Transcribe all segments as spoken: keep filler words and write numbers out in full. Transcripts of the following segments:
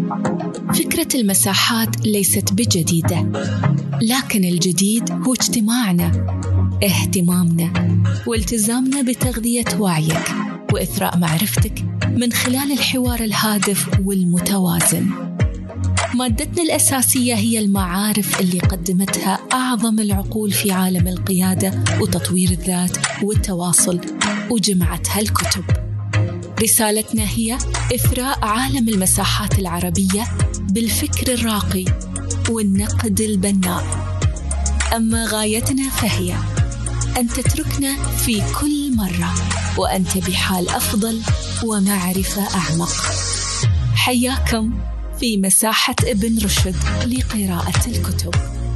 فكرة المساحات ليست بجديدة، لكن الجديد هو اجتماعنا، اهتمامنا والتزامنا بتغذية وعيك وإثراء معرفتك من خلال الحوار الهادف والمتوازن. مادتنا الأساسية هي المعارف اللي قدمتها أعظم العقول في عالم القيادة وتطوير الذات والتواصل، وجمعتها الكتب. رسالتنا هي إثراء عالم المساحات العربية بالفكر الراقي والنقد البناء. أما غايتنا فهي أن تتركنا في كل مرة وأنت بحال أفضل ومعرفة أعمق. حياكم في مساحة ابن رشد لقراءة الكتب.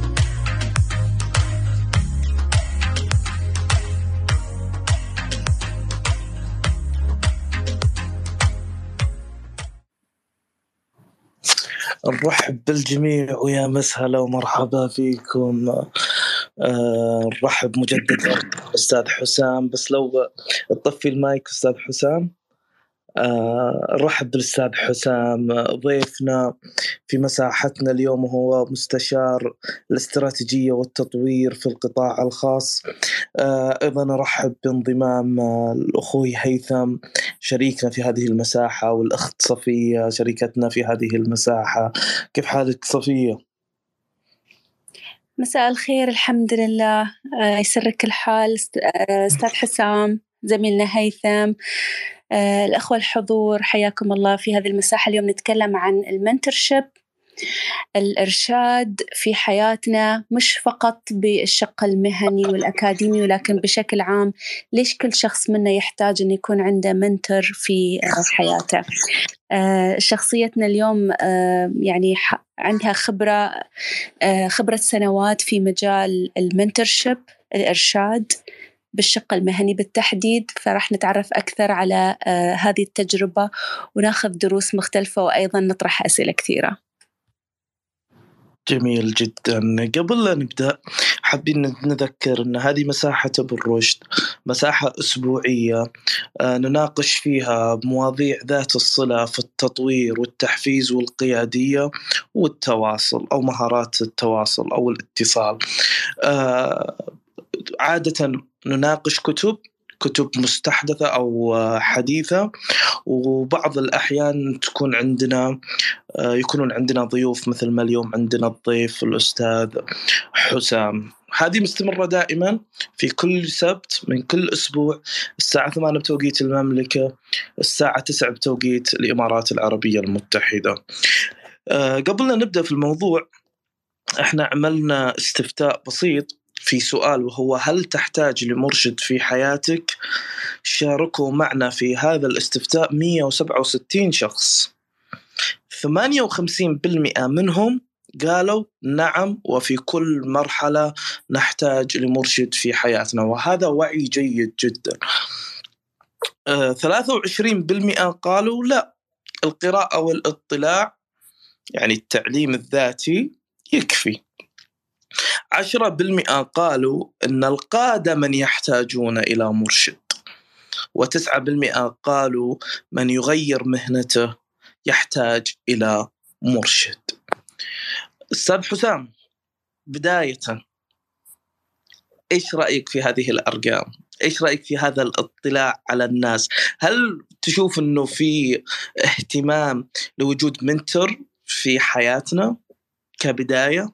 نرحب بالجميع ويا مسهلا ومرحبا فيكم. أه نرحب مجددا أستاذ حسام، بس لو تطفي المايك أستاذ حسام. أه نرحب بالأستاذ حسام ضيفنا في مساحتنا اليوم، هو مستشار الاستراتيجية والتطوير في القطاع الخاص. أه أيضا نرحب بانضمام الأخوي هيثم شريكنا في هذه المساحة، والأخت صفية شريكتنا في هذه المساحة. كيف حالك صفية؟ مساء الخير، الحمد لله. يسرك الحال أستاذ حسام، زميلنا هيثم، الأخوة الحضور، حياكم الله في هذه المساحة. اليوم نتكلم عن المنتورشيب، الإرشاد في حياتنا، مش فقط بالشق المهني والأكاديمي، ولكن بشكل عام. ليش كل شخص منا يحتاج أن يكون عنده منتور في حياته؟ آه شخصيتنا اليوم آه يعني عندها خبرة آه خبرة سنوات في مجال المنتورشيب، الإرشاد بالشق المهني بالتحديد. فرح نتعرف أكثر على آه هذه التجربة وناخذ دروس مختلفة، وأيضا نطرح أسئلة كثيرة. جميل جدا. قبل لا نبدأ حابين نذكر أن هذه مساحة ابن رشد، مساحة أسبوعية نناقش فيها مواضيع ذات الصلة في التطوير والتحفيز والقيادية والتواصل، أو مهارات التواصل أو الاتصال. عادة نناقش كتب كتب مستحدثة أو حديثة، وبعض الأحيان تكون عندنا يكونون عندنا ضيوف، مثل ما اليوم عندنا الضيف الأستاذ حسام. هذه مستمرة دائما في كل سبت من كل أسبوع، الساعة ثمانية بتوقيت المملكة، الساعة تسعة بتوقيت الإمارات العربية المتحدة. أه قبل لا نبدأ في الموضوع، احنا عملنا استفتاء بسيط في سؤال، وهو: هل تحتاج لمرشد في حياتك؟ شاركوا معنا في هذا الاستفتاء مئة وسبعة وستين شخص، ثمانية وخمسين بالمئة منهم قالوا نعم، وفي كل مرحلة نحتاج لمرشد في حياتنا، وهذا وعي جيد جدا. آه، ثلاثة وعشرين بالمئة قالوا لا، القراءة والاطلاع يعني التعليم الذاتي يكفي. عشرة بالمئة قالوا أن القادة من يحتاجون إلى مرشد، وتسعة بالمئة قالوا من يغير مهنته يحتاج إلى مرشد. أستاذ حسام، بداية إيش رأيك في هذه الأرقام؟ إيش رأيك في هذا الاطلاع على الناس؟ هل تشوف أنه في اهتمام لوجود منتور في حياتنا كبداية؟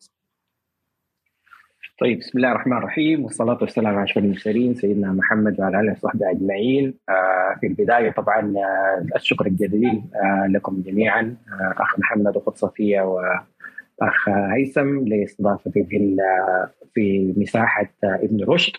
طيب، بسم الله الرحمن الرحيم، والصلاة والسلام على أشرف المرسلين سيدنا محمد وعلى آله وصحبه أجمعين. آه في البداية طبعا آه الشكر الجزيل آه لكم جميعا، آه أخ محمد وأخت صفية وأخ هيثم لاستضافتي في في مساحة آه ابن رشد.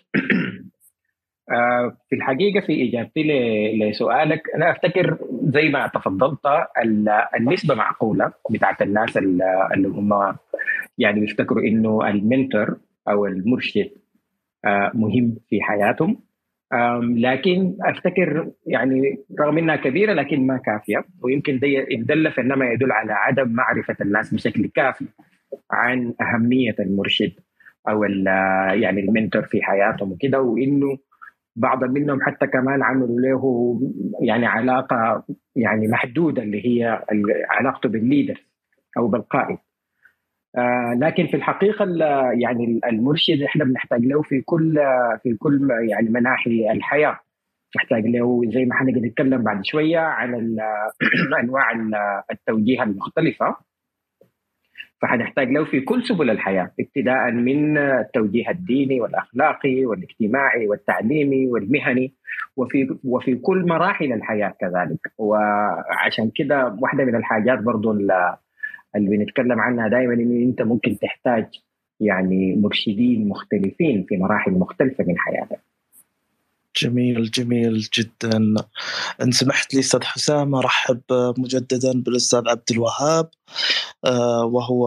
آه في الحقيقة في إجابتي لسؤالك، أنا أفتكر زي ما تفضلت النسبة معقولة بتاعت الناس اللي هم يعني بيفتكروا إنه المنتور أو المرشد مهم في حياتهم، لكن أفتكر يعني رغم أنها كبيرة لكن ما كافية، ويمكن دل إنما يدل على عدم معرفة الناس بشكل كافي عن أهمية المرشد أو يعني المنتور في حياتهم وكده، وإنه بعض منهم حتى كمان عملوا له يعني علاقة يعني محدودة اللي هي علاقته بالليدر أو بالقائد. آه لكن في الحقيقة يعني المرشد إحنا بنحتاج له في كل في كل يعني مناحي الحياة. نحتاج له زي ما حنقدر نتكلم بعد شوية عن أنواع التوجيه المختلفة، فحنحتاج له في كل سبل الحياة، ابتداء من التوجيه الديني والأخلاقي والاجتماعي والتعليمي والمهني، وفي وفي كل مراحل الحياة كذلك. وعشان كده واحدة من الحاجات برضو اللي بنتكلم عنها دائما إن أنت ممكن تحتاج يعني مرشدين مختلفين في مراحل مختلفة من حياتك. جميل جميل جدا. إن سمحت لي أستاذ حسام أرحب مجددا بالأستاذ عبد الوهاب، وهو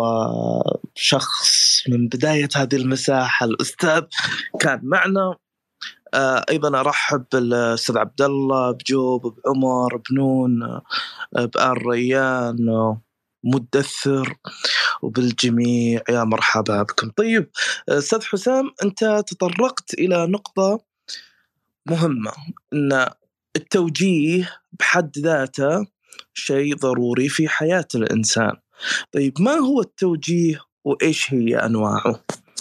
شخص من بداية هذه المساحة الأستاذ كان معنا. أيضا أرحب بالأستاذ عبد الله، بجوب، بعمر، بنون، بآل ريان، مدثر، وبالجميع يا مرحبا بكم. طيب أستاذ حسام، أنت تطرقت إلى نقطة مهمة، أن التوجيه بحد ذاته شيء ضروري في حياة الإنسان. طيب ما هو التوجيه وإيش هي أنواعه؟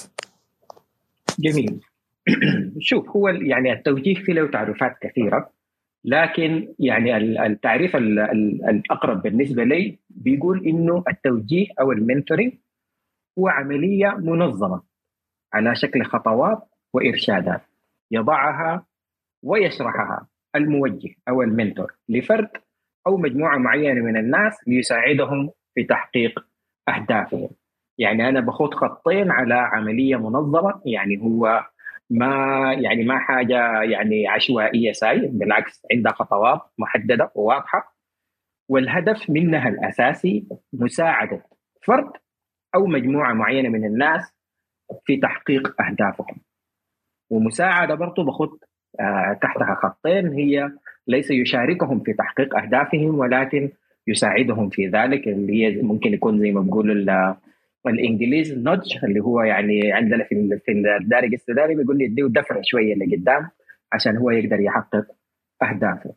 جميل. شوف، هو يعني التوجيه فيه له تعريفات كثيرة، لكن يعني التعريف الأقرب بالنسبة لي بيقول إنه التوجيه أو المنتورينج هو عملية منظمة على شكل خطوات وإرشادات يضعها ويشرحها الموجه أو المنتور لفرد أو مجموعة معينة من الناس ليساعدهم في تحقيق أهدافهم. يعني أنا بخوض خطين على عملية منظمة، يعني هو ما يعني ما حاجة يعني عشوائية ساي، بالعكس عندها خطوات محددة وواضحة، والهدف منها الأساسي مساعدة فرد أو مجموعة معينة من الناس في تحقيق أهدافهم. ومساعدة برضو بخوض آه تحتها خطين، هي ليس يشاركهم في تحقيق أهدافهم ولكن يساعدهم في ذلك، اللي هي ممكن يكون زي ما بقولوا الإنجليزي نودج، اللي هو يعني عندنا في في الدارج الاستداري بيقول لي اديه دفع شوية لقدام عشان هو يقدر يحقق أهدافه.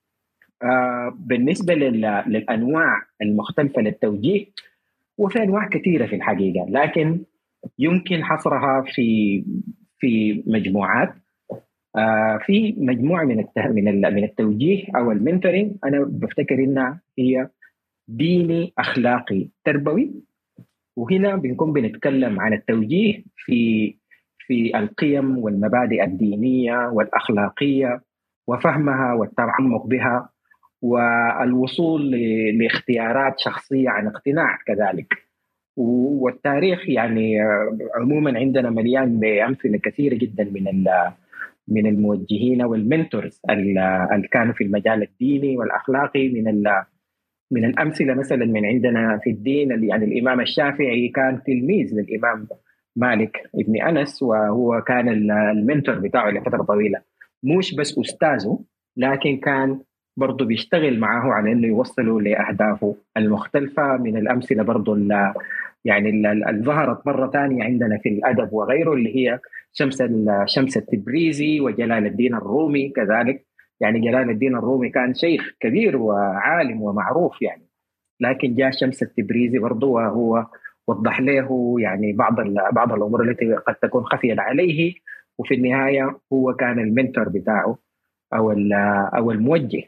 آه بالنسبة للأنواع المختلفة للتوجيه، وفي أنواع كثيرة في الحقيقة، لكن يمكن حصرها في في مجموعات. آه في مجموعة من من من التوجيه أو المنتورينج أنا بفتكر إنها هي ديني أخلاقي تربوي. وهنا بنكون بنتكلم عن التوجيه في في القيم والمبادئ الدينية والأخلاقية وفهمها والتعمق بها والوصول لاختيارات شخصية عن اقتناع كذلك. والتاريخ يعني عموما عندنا مليان بأمثلة كثيرة جدا من من الموجهين والمنتورز اللي كانوا في المجال الديني والأخلاقي. من من الأمثلة مثلا من عندنا في الدين اللي يعني الإمام الشافعي كان تلميذ للإمام مالك ابن أنس، وهو كان المنتور بتاعه لفترة طويلة، مش بس أستاذه لكن كان برضو بيشتغل معه على أنه يوصله لأهدافه المختلفة. من الأمثلة برضو يعني اللي ظهرت مرة ثانية عندنا في الأدب وغيره اللي هي شمس شمس التبريزي وجلال الدين الرومي كذلك. يعني جلال الدين الرومي كان شيخ كبير وعالم ومعروف يعني، لكن جاء شمس التبريزي برضه وهو وضح له يعني بعض بعض الأمور التي قد تكون خفيت عليه، وفي النهاية هو كان المنتور بتاعه أو أو الموجه.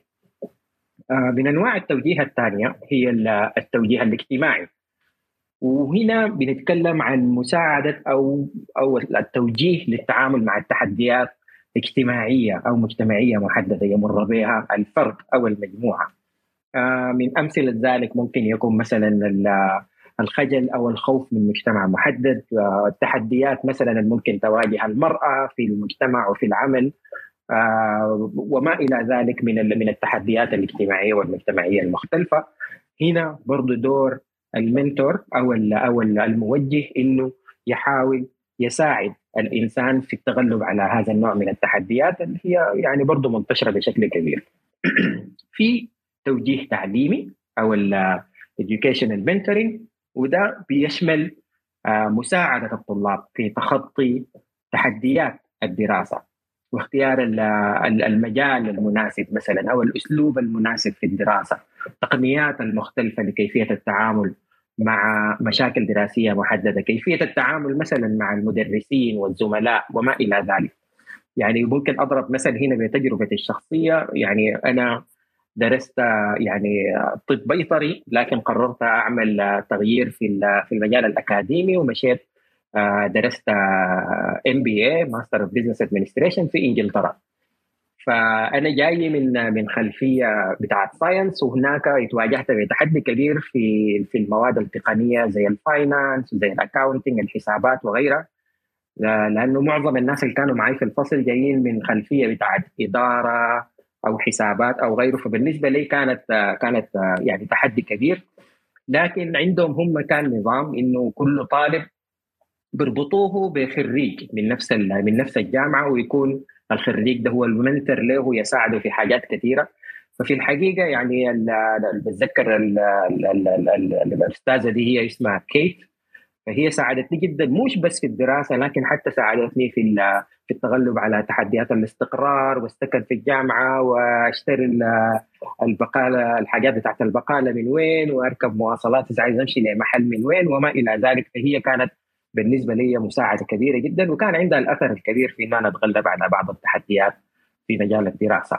من أنواع التوجيه الثانية هي التوجيه الاجتماعي، وهنا بنتكلم عن مساعدة أو أو التوجيه للتعامل مع التحديات اجتماعية أو مجتمعية محددة يمر بها الفرد أو المجموعة. من أمثلة ذلك ممكن يكون مثلا الخجل أو الخوف من مجتمع محدد، التحديات مثلا الممكن تواجه المرأة في المجتمع وفي العمل، وما إلى ذلك من من التحديات الاجتماعية والمجتمعية المختلفة. هنا برضو دور المنتور أو أو الموجه إنه يحاول يساعد الإنسان في التغلب على هذا النوع من التحديات اللي هي يعني برضو منتشرة بشكل كبير. في توجيه تعليمي أو ال educational mentoring، وده بيشمل مساعدة الطلاب في تخطي تحديات الدراسة واختيار المجال المناسب مثلا أو الأسلوب المناسب في الدراسة، التقنيات المختلفة لكيفية التعامل مع مشاكل دراسية محددة، كيفية التعامل مثلا مع المدرسين والزملاء وما إلى ذلك. يعني ممكن أضرب مثل هنا بتجربتي الشخصية. يعني أنا درست يعني طب بيطري، لكن قررت أعمل تغيير في في المجال الأكاديمي ومشيت درست إم بي إيه ماستر اوف بزنس ادمنستريشن في إنجلترا. فأنا جاي من من خلفية بتاعت ساينس، وهناك اتواجهت بتحدي كبير في في المواد التقنية زي الفاينانس وزي الأكاونتنج الحسابات وغيرها، لأنه معظم الناس اللي كانوا معي في الفصل جايين من خلفية بتاعت إدارة أو حسابات أو غيره. فبالنسبة لي كانت كانت يعني تحدي كبير. لكن عندهم هم كان نظام إنه كل طالب بربطوه بخريج من نفس من نفس الجامعة، ويكون الخريج ده هو المنتر له يساعده في حاجات كثيرة. ففي الحقيقة يعني بتذكر الأستاذة دي هي اسمها كيت، فهي ساعدتني جدا مش بس في الدراسة، لكن حتى ساعدتني في في التغلب على تحديات الاستقرار والسكن في الجامعة، واشتري البقالة الحاجات بتاعت البقالة من وين، واركب مواصلات إذا عايز امشي لمحل من وين وما إلى ذلك. فهي كانت بالنسبة لي مساعدة كبيرة جدا، وكان عندها الأثر الكبير في أن أنا أتغلب على بعض التحديات في مجال الدراسة.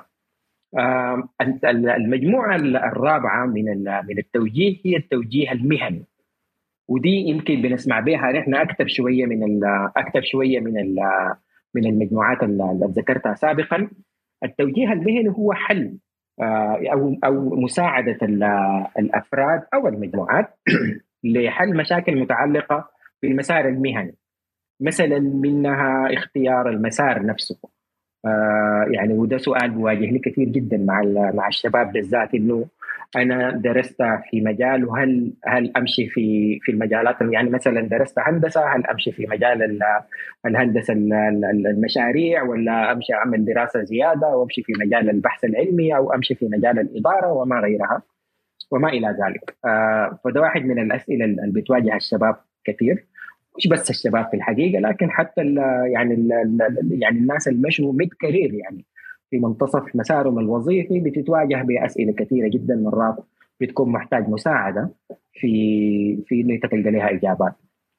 المجموعة الرابعة من من التوجيه هي التوجيه المهني، ودي يمكن بنسمع بها نحن أكثر شوية من أكثر شوية من من المجموعات اللي ذكرتها سابقا. التوجيه المهني هو حل أو أو مساعدة الأفراد أو المجموعات لحل مشاكل متعلقة بالمسار المهني، مثلا منها اختيار المسار نفسه. آه يعني وده سؤال بواجهني كثير جدا مع مع الشباب بالذات، انه انا درست في مجال، وهل هل امشي في في المجالات، يعني مثلا درست هندسه، هل امشي في مجال الهندسه المشاريع، ولا امشي اعمل دراسه زياده وامشي في مجال البحث العلمي، او امشي في مجال الاداره وما غيرها وما الى ذلك. آه فده واحد من الاسئله اللي بتواجه الشباب كثير، مش بس الشباب في الحقيقه، لكن حتى ال يعني ال يعني الناس اللي مشوا ميد كارير، يعني في منتصف مسارهم الوظيفي، بتتواجه باسئله كثيره جدا، مرات بتكون محتاج مساعده في في انه تلقى لها اجابات.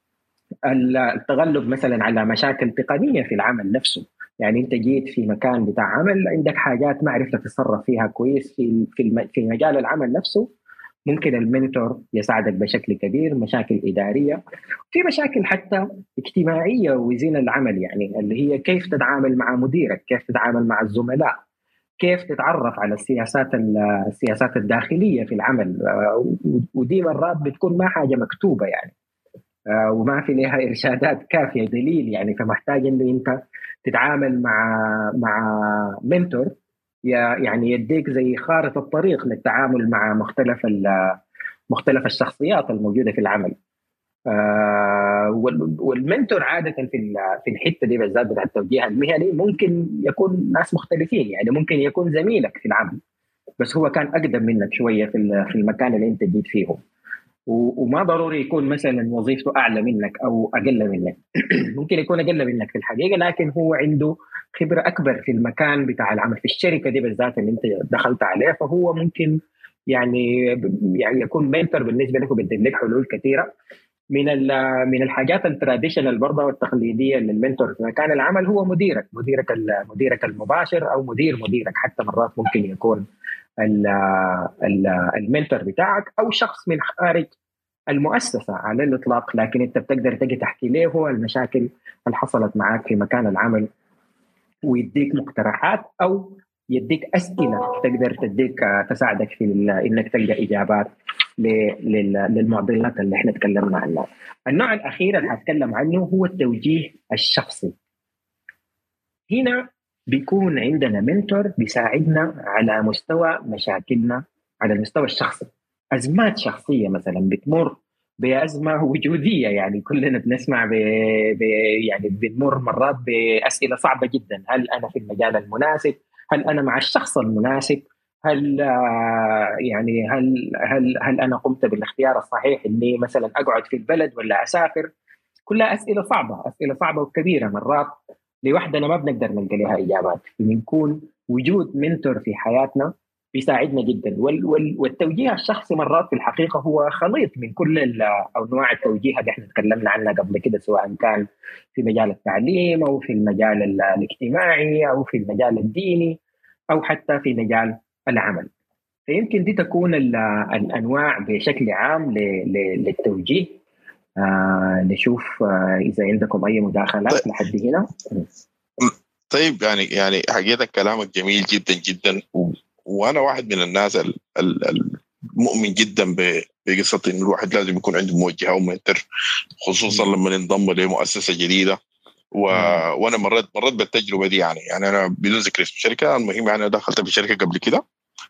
التغلب مثلا على مشاكل تقنيه في العمل نفسه، يعني انت جيت في مكان بتاع عمل عندك حاجات ما عرفت تتصرف فيها كويس في في في مجال العمل نفسه، ممكن المنتور يساعدك بشكل كبير. مشاكل إدارية، في مشاكل حتى اجتماعية وزين العمل، يعني اللي هي كيف تتعامل مع مديرك، كيف تتعامل مع الزملاء، كيف تتعرف على السياسات السياسات الداخلية في العمل. ودي مرات بتكون ما حاجة مكتوبة يعني، وما في لها إرشادات كافية دليل يعني، فمحتاج إن أنت تتعامل مع مع منتور يعني يديك زي خارطة الطريق للتعامل مع مختلف مختلف الشخصيات الموجودة في العمل. آه والمنتور عادة في في الحتة دي بالذات بتاع التوجيه المهني ممكن يكون ناس مختلفين، يعني ممكن يكون زميلك في العمل بس هو كان أقدم منك شوية في في المكان اللي أنت جيت فيه، وما ضروري يكون مثلا وظيفته أعلى منك أو أقل منك ممكن يكون أقل منك في الحقيقة، لكن هو عنده خبرة أكبر في المكان بتاع العمل، في الشركة دي بالذات اللي أنت دخلت عليه، فهو ممكن يعني يعني يكون منتور بالنسبة لك وبيدي لك حلول كثيرة. من من الحاجات التراديشنال برضه والتقليدية للمنتور في مكان العمل هو مديرك مديرك مديرك المباشر أو مدير مديرك، حتى مرات ممكن يكون المنتور بتاعك أو شخص من خارج المؤسسة على الإطلاق، لكن أنت بتقدر تجي تحكي له هو المشاكل اللي حصلت معك في مكان العمل، ويديك مقترحات أو يديك أسئلة تقدر تديك تساعدك في إنك تلقى إجابات للمعضلات اللي احنا تكلمنا عنها. النوع الأخير اللي هتكلم عنه هو التوجيه الشخصي. هنا بيكون عندنا منتور بيساعدنا على مستوى مشاكلنا على المستوى الشخصي، أزمات شخصية مثلا بتمر بأزمة وجودية، يعني كلنا بنسمع ب... ب... يعني بنمر مرات بأسئلة صعبة جدا، هل أنا في المجال المناسب؟ هل أنا مع الشخص المناسب؟ هل يعني هل هل هل أنا قمت بالاختيار الصحيح إني مثلا أقعد في البلد ولا أسافر؟ كلها أسئلة صعبة، أسئلة صعبة وكبيرة، مرات لوحدنا ما بنقدر نلقى لها إجابات. بنكون وجود منتور في حياتنا بيساعدنا جدا. وال وال والتوجيه الشخصي مرات في الحقيقه هو خليط من كل انواع التوجيه اللي احنا تكلمنا عنها قبل كده، سواء كان في مجال التعليم او في المجال الاجتماعي او في المجال الديني او حتى في مجال العمل. فيمكن دي تكون الانواع بشكل عام للتوجيه. آه نشوف آه اذا عندكم اي مداخلات لحد هنا. طيب يعني يعني حقيقة كلامك جميل جدا جدا، و... وانا واحد من الناس ال... ال... المؤمن جدا ب... بقصة انه الواحد لازم يكون عنده موجه او منتر، خصوصا م. لما ينضم لمؤسسة جديدة. و... وانا مريت مريت بالتجربة دي. يعني يعني انا بدون ذكر اسم الشركة، المهم يعني انا دخلت في شركة قبل كده،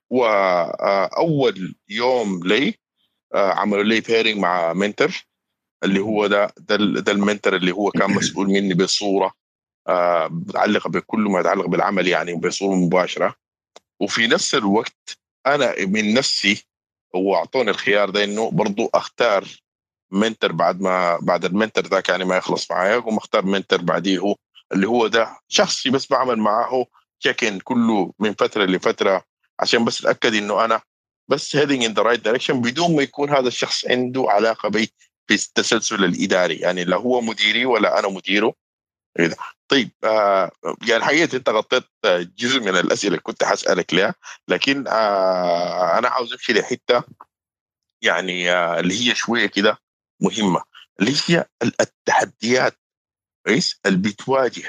واول يوم لي عملوا لي بيرنج مع منتر اللي هو ده ده, ده المنتر اللي هو كان مسؤول مني بصورة آه متعلقة بكل ما يتعلق بالعمل، يعني بصورة مباشرة. وفي نفس الوقت أنا من نفسي هو أعطوني الخيار ده إنه برضو أختار منتر بعد ما بعد المنتر ذاك يعني ما يخلص معايا، وما أختار منتر بعديه هو اللي هو ده شخصي بس بعمل معاه تشيكن كله من فترة لفترة، عشان بس أتأكد إنه أنا بس heading in the right direction، بدون ما يكون هذا الشخص عنده علاقة بي في التسلسل الإداري، يعني لا هو مديري ولا أنا مديره. طيب آه يعني الحقيقة أنت غطيت جزء من الأسئلة اللي كنت حسألك لها، لكن آه أنا عاوز أمشي لحتة يعني آه اللي هي شوية كده مهمة، اللي هي التحديات رئيس اللي بتواجه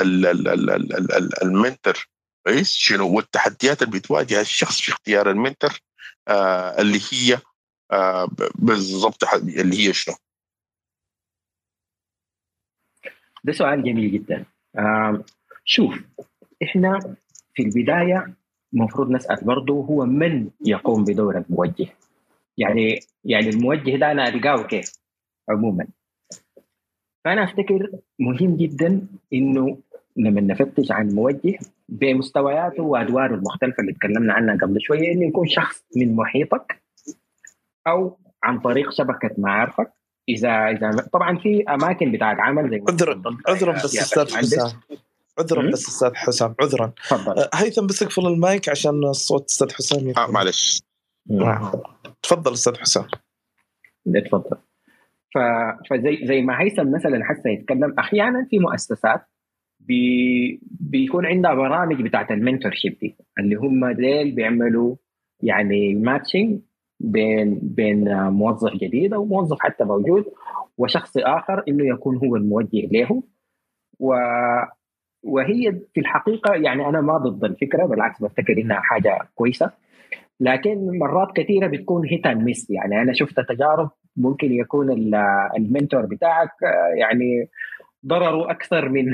المنتر رئيس شنو، والتحديات اللي بتواجه الشخص في اختيار المنتر آه اللي هي آه بالضبط اللي هي شنو. ده سؤال جميل جدا. آه شوف، احنا في البداية مفروض نسأل برضو هو من يقوم بدور الموجه. يعني يعني الموجه ده أنا ألقاه كيف عموما. فأنا أفتكر مهم جدا إنه لما نفتش عن موجه بمستوياته وأدواره المختلفة اللي تكلمنا عنها قبل شوية، إنه يكون شخص من محيطك أو عن طريق شبكة معارفك. إذا إذا طبعا في أماكن بتاعت عمل زي عذرا عذرا بس أستاذ حسام عذرا بس أستاذ حسام عذرا تفضل. هيثم بس اقفل المايك عشان الصوت أستاذ حسام آه معلش. تفضل أستاذ حسام. تفضل. ف... فزي زي ما هيثم مثلا حتى يتكلم، أحيانا في مؤسسات بي... بيكون عندها برامج بتاعت المنتورشيب دي، اللي هم ديل بيعملوا يعني ماتشنج بين بين موظف جديد او موظف حتى موجود وشخص اخر، انه يكون هو الموجه له. و... وهي في الحقيقه يعني انا ما ضد الفكره، بالعكس بفتكر انها حاجه كويسه، لكن مرات كثيره بتكون هيت اند ميس. يعني انا شفت تجارب ممكن يكون المنتور بتاعك يعني ضرره اكثر من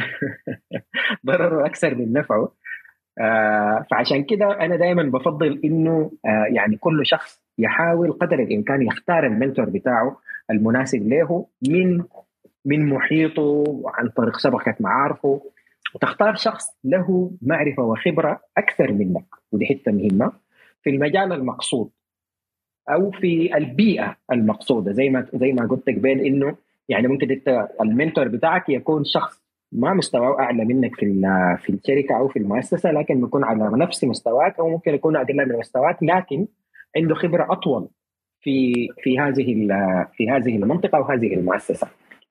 ضرره اكثر من نفعه. آه فعشان كده انا دائما بفضل انه آه يعني كل شخص يحاول قدر الامكان يختار المنتور بتاعه المناسب له من من محيطه عن طريق شبكه معارفه، وتختار شخص له معرفه وخبره اكثر منك، ودي حته مهمه في المجال المقصود او في البيئه المقصوده. زي ما زي ما قلت قبل انه يعني ممكن انت المنتور بتاعك يكون شخص ما مستواه اعلى منك في في الشركه او في المؤسسه، لكن يكون على نفس مستواك، او ممكن يكون اقل من مستواك لكن عنده خبره اطول في في هذه في هذه المنطقه وهذه المؤسسه.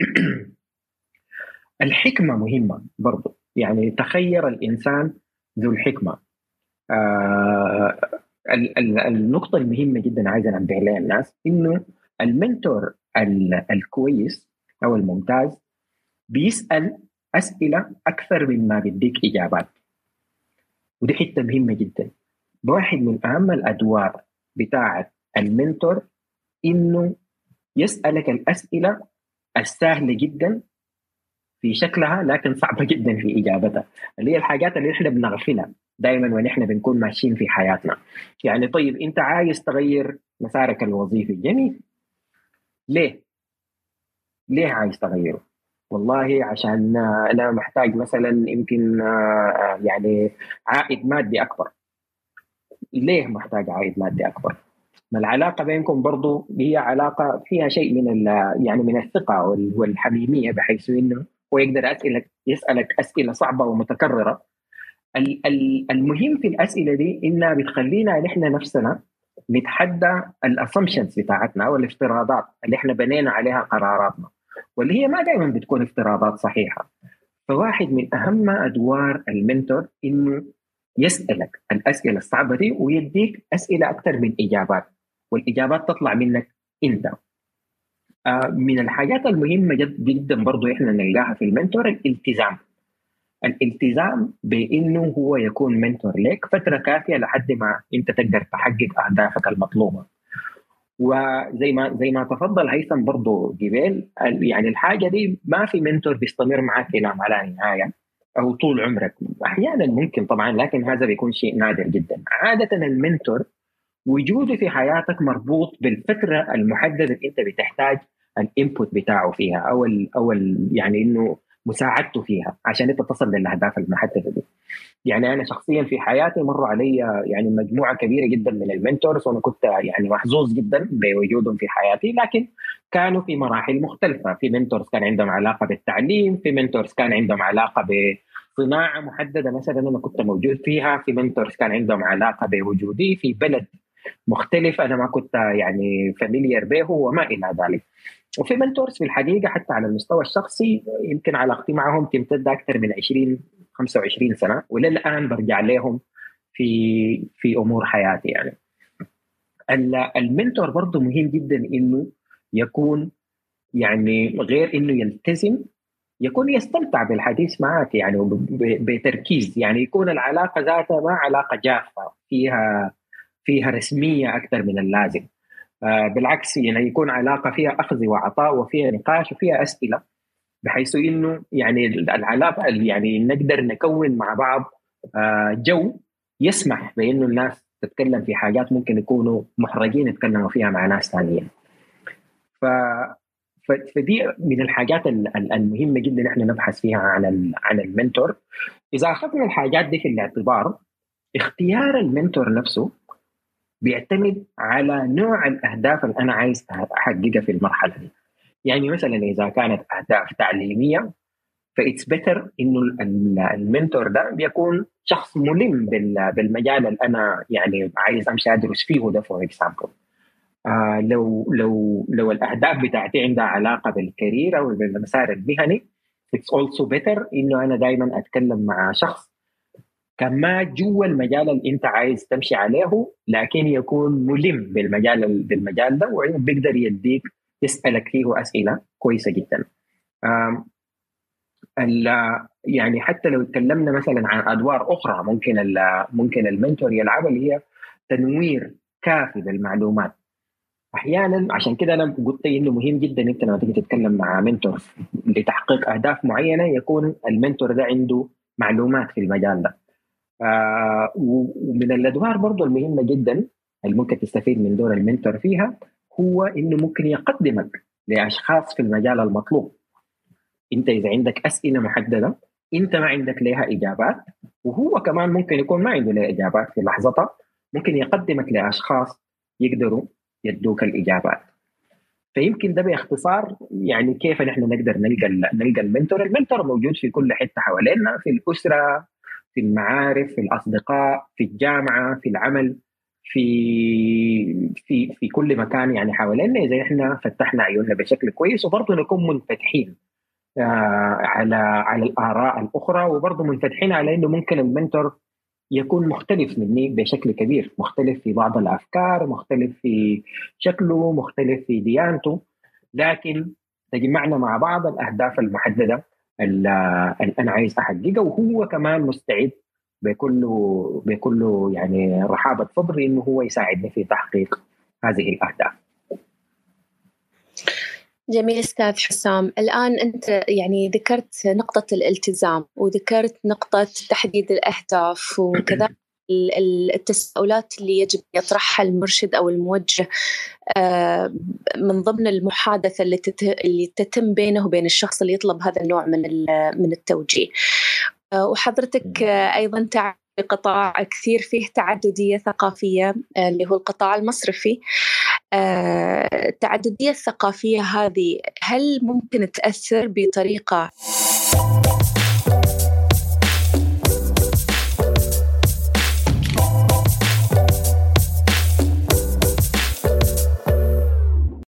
الحكمه مهمه برضو، يعني تخير الانسان ذو الحكمه. آه النقطه المهمه جدا عايز انبه لها الناس انه المنتور الكويس او الممتاز بيسال أسئلة أكثر مما بيديك إجابات، ودي حتة مهمة جدا. واحد من أهم الأدوار بتاعة المنتور إنه يسألك الأسئلة السهلة جدا في شكلها لكن صعبة جدا في إجابتها، اللي هي الحاجات اللي إحنا بنغفلها دائما ونحن بنكون ماشيين في حياتنا. يعني طيب أنت عايز تغير مسارك الوظيفي، جميل، ليه؟ ليه عايز تغيره؟ والله عشان أنا محتاج مثلا يمكن يعني عائد مادي أكبر. ليه محتاج عائد مادي أكبر؟ ما العلاقة بينكم برضو هي علاقة فيها شيء من يعني من الثقة والحميمية، بحيث إنه هو يقدر أسئلة يسألك أسئلة صعبة ومتكررة المهم في الأسئلة دي إنها بتخلينا نحن نفسنا نتحدى الأسامبشنز بتاعتنا أو الافتراضات اللي إحنا بنينا عليها قراراتنا، واللي هي ما دائما بتكون افتراضات صحيحة. فواحد من أهم أدوار المنتور إنه يسألك الأسئلة الصعبة دي ويديك أسئلة أكثر من إجابات، والإجابات تطلع منك أنت. آه من الحاجات المهمة جد جدا برضو إحنا نلقاها في المنتور الالتزام. الالتزام بأنه هو يكون منتور لك فترة كافية لحد ما أنت تقدر تحقق أهدافك المطلوبة. وزي ما زي ما تفضل هيثم برضو جبال، يعني الحاجة دي ما في منتور بيستمر معك إلى ما لا نهاية أو طول عمرك. أحيانا ممكن طبعا، لكن هذا بيكون شيء نادر جدا. عادة المنتور وجوده في حياتك مربوط بالفترة المحددة اللي أنت بتحتاج الانبوت بتاعه فيها أو ال أو ال يعني إنه مساعدته فيها عشان انت تصل للاهداف المحدده دي. يعني انا شخصيا في حياتي مروا علي يعني مجموعه كبيره جدا من المنتورز، وانا كنت يعني محظوظ جدا بوجودهم في حياتي، لكن كانوا في مراحل مختلفه. في منتورز كان عندهم علاقه بالتعليم، في منتورز كان عندهم علاقه بصناعه محدده مثلا انا كنت موجود فيها، في منتورز كان عندهم علاقه بوجودي في بلد مختلف انا ما كنت يعني فاميليار به وما الى ذلك. وفي منتورز في الحقيقة حتى على المستوى الشخصي يمكن علاقتي معهم تمتد أكثر من عشرين خمسة وعشرين سنة، وللآن برجع لهم في في أمور حياتي. يعني المنتور برضو مهم جدا إنه يكون يعني غير إنه يلتزم، يكون يستمتع بالحديث معك يعني بتركيز. يعني يكون العلاقة ذاتها ما علاقة جافة فيها فيها رسمية أكثر من اللازم. آه بالعكس، يعني يكون علاقة فيها أخذ وعطاء وفيها نقاش وفيها أسئلة، بحيث إنه يعني العلاقة يعني نقدر نكون مع بعض آه جو يسمح بإنه الناس تتكلم في حاجات ممكن يكونوا محرجين يتكلموا فيها مع ناس ثانيين. ف فدي من الحاجات المهمة جدا إحنا نبحث فيها عن عن المنتور. إذا أخذنا الحاجات دي في الاعتبار، اختيار المنتور نفسه بيعتمد على نوع الأهداف اللي أنا عايز أحققها في المرحلة دي. يعني مثلا إذا كانت أهداف تعليمية فإتس بيتر إنه المنتور ده بيكون شخص ملم بالمجال اللي أنا يعني عايز أمشي أدرس فيه ده فور إكزامبل. آه لو لو لو الأهداف بتاعتي عندها علاقة بالكارير أو بالمسار المهني إتس أولسو بيتر إنه أنا دايما أتكلم مع شخص كما جوا المجال اللي انت عايز تمشي عليه، لكن يكون ملم بالمجال بالمجال ده وبيقدر يديك يسألك فيه أسئلة كويسة جدا. يعني حتى لو تكلمنا مثلا عن أدوار أخرى ممكن ممكن المنتور يلعبها، اللي هي تنوير كافي بالمعلومات. أحيانا عشان كده أنا قلت إنه مهم جدا أنت لما تيجي تتكلم مع منتور لتحقيق أهداف معينة يكون المنتور ده عنده معلومات في المجال ده. آه ومن الأدوار برضو المهمة جدا اللي ممكن تستفيد من دور المنتور فيها هو إنه ممكن يقدمك لأشخاص في المجال المطلوب. أنت إذا عندك أسئلة محددة أنت ما عندك لها إجابات، وهو كمان ممكن يكون ما عنده لها إجابات في لحظتها، ممكن يقدمك لأشخاص يقدروا يدوك الإجابات. فيمكن ده باختصار يعني كيف نحن نقدر نلقى نلقى المنتور. المنتور موجود في كل حتة حوالينا، في الأسرة، في المعارف، في الأصدقاء، في الجامعة، في العمل، في في في كل مكان يعني حوالينا، إذا إحنا فتحنا عيوننا بشكل كويس وبرضه نكون منفتحين آه على على الآراء الأخرى، وبرضه منفتحين على إنه ممكن المنتور يكون مختلف مني بشكل كبير، مختلف في بعض الأفكار، مختلف في شكله، مختلف في ديانته، لكن تجمعنا مع بعض الأهداف المحددة اللي أنا عايز أحققها، وهو كمان مستعد بكل بكل يعني رحابة صدري إنه هو يساعدني في تحقيق هذه الأهداف. جميل أستاذ حسام. الآن أنت يعني ذكرت نقطة الالتزام وذكرت نقطة تحديد الأهداف وكذا التساؤلات اللي يجب يطرحها المرشد أو الموجه من ضمن المحادثة اللي اللي تتم بينه وبين الشخص اللي يطلب هذا النوع من من التوجيه. وحضرتك أيضا تعرف قطاع كثير فيه تعددية ثقافية اللي هو القطاع المصرفي. التعددية الثقافية هذه هل ممكن تأثر بطريقة